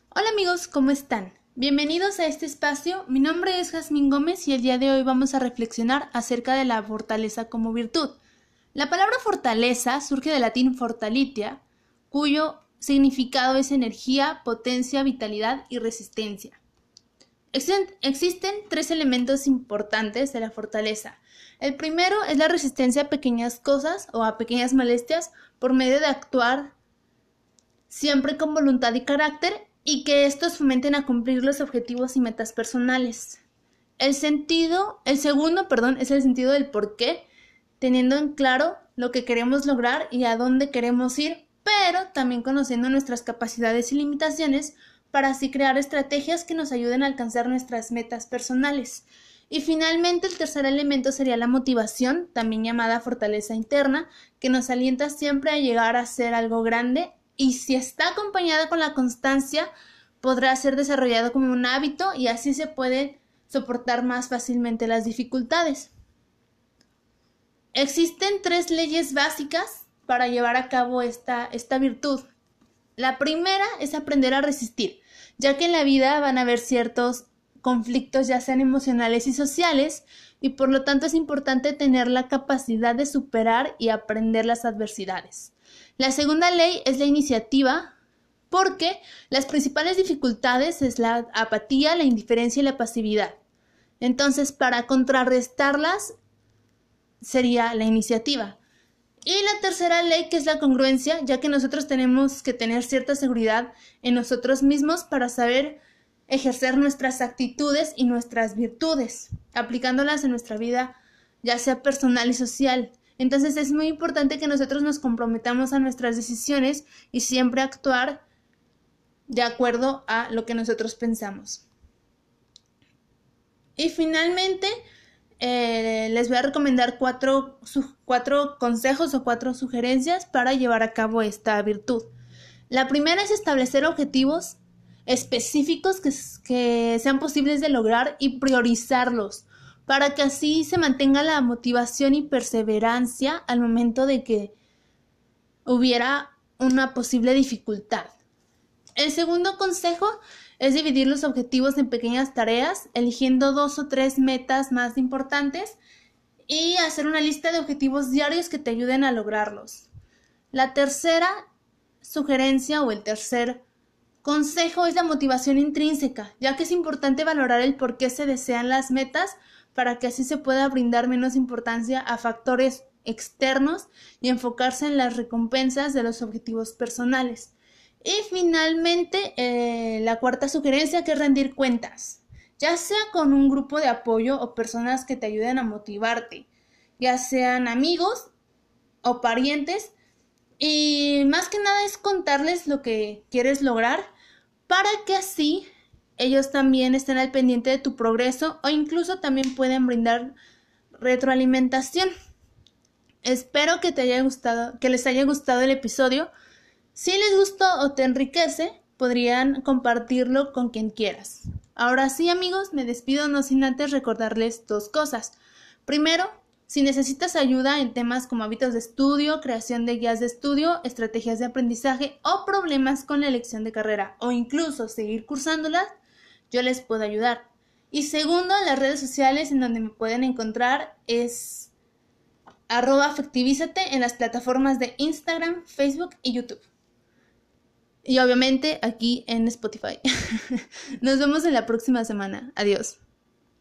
Hola amigos, ¿cómo están? Bienvenidos a este espacio. Mi nombre es Jazmín Gómez y el día de hoy vamos a reflexionar acerca de la fortaleza como virtud. La palabra fortaleza surge del latín fortalitia, cuyo significado es energía, potencia, vitalidad y resistencia. Existen tres elementos importantes de la fortaleza. El primero es la resistencia a pequeñas cosas o a pequeñas molestias por medio de actuar siempre con voluntad y carácter y que estos fomenten a cumplir los objetivos y metas personales. El segundo, es el sentido del por qué, teniendo en claro lo que queremos lograr y a dónde queremos ir, pero también conociendo nuestras capacidades y limitaciones para así crear estrategias que nos ayuden a alcanzar nuestras metas personales. Y finalmente el tercer elemento sería la motivación, también llamada fortaleza interna, que nos alienta siempre a llegar a hacer algo grande y si está acompañada con la constancia podrá ser desarrollado como un hábito y así se pueden soportar más fácilmente las dificultades. Existen tres leyes básicas para llevar a cabo esta virtud. La primera es aprender a resistir, ya que en la vida van a haber ciertos conflictos, ya sean emocionales y sociales, y por lo tanto es importante tener la capacidad de superar y aprender las adversidades. La segunda ley es la iniciativa, porque las principales dificultades es la apatía, la indiferencia y la pasividad. Entonces, para contrarrestarlas sería la iniciativa. Y la tercera ley, que es la congruencia, ya que nosotros tenemos que tener cierta seguridad en nosotros mismos para saber ejercer nuestras actitudes y nuestras virtudes, aplicándolas en nuestra vida, ya sea personal y social. Entonces es muy importante que nosotros nos comprometamos a nuestras decisiones y siempre actuar de acuerdo a lo que nosotros pensamos. Y finalmente, les voy a recomendar cuatro consejos o 4 sugerencias para llevar a cabo esta virtud. La primera es establecer objetivos específicos que sean posibles de lograr y priorizarlos para que así se mantenga la motivación y perseverancia al momento de que hubiera una posible dificultad. El segundo consejo es dividir los objetivos en pequeñas tareas, eligiendo 2 o 3 metas más importantes y hacer una lista de objetivos diarios que te ayuden a lograrlos. La tercera sugerencia o el tercer consejo es la motivación intrínseca, ya que es importante valorar el por qué se desean las metas para que así se pueda brindar menos importancia a factores externos y enfocarse en las recompensas de los objetivos personales. Y finalmente, la cuarta sugerencia, que es rendir cuentas, ya sea con un grupo de apoyo o personas que te ayuden a motivarte, ya sean amigos o parientes, y más que nada es contarles lo que quieres lograr para que así ellos también estén al pendiente de tu progreso o incluso también pueden brindar retroalimentación. Espero que les haya gustado el episodio. Si les gustó o te enriquece, podrían compartirlo con quien quieras. Ahora sí, amigos, me despido no sin antes recordarles 2 cosas. Primero, si necesitas ayuda en temas como hábitos de estudio, creación de guías de estudio, estrategias de aprendizaje o problemas con la elección de carrera o incluso seguir cursándolas, yo les puedo ayudar. Y segundo, las redes sociales en donde me pueden encontrar es @afectivízate en las plataformas de Instagram, Facebook y YouTube. Y obviamente aquí en Spotify. Nos vemos en la próxima semana. Adiós.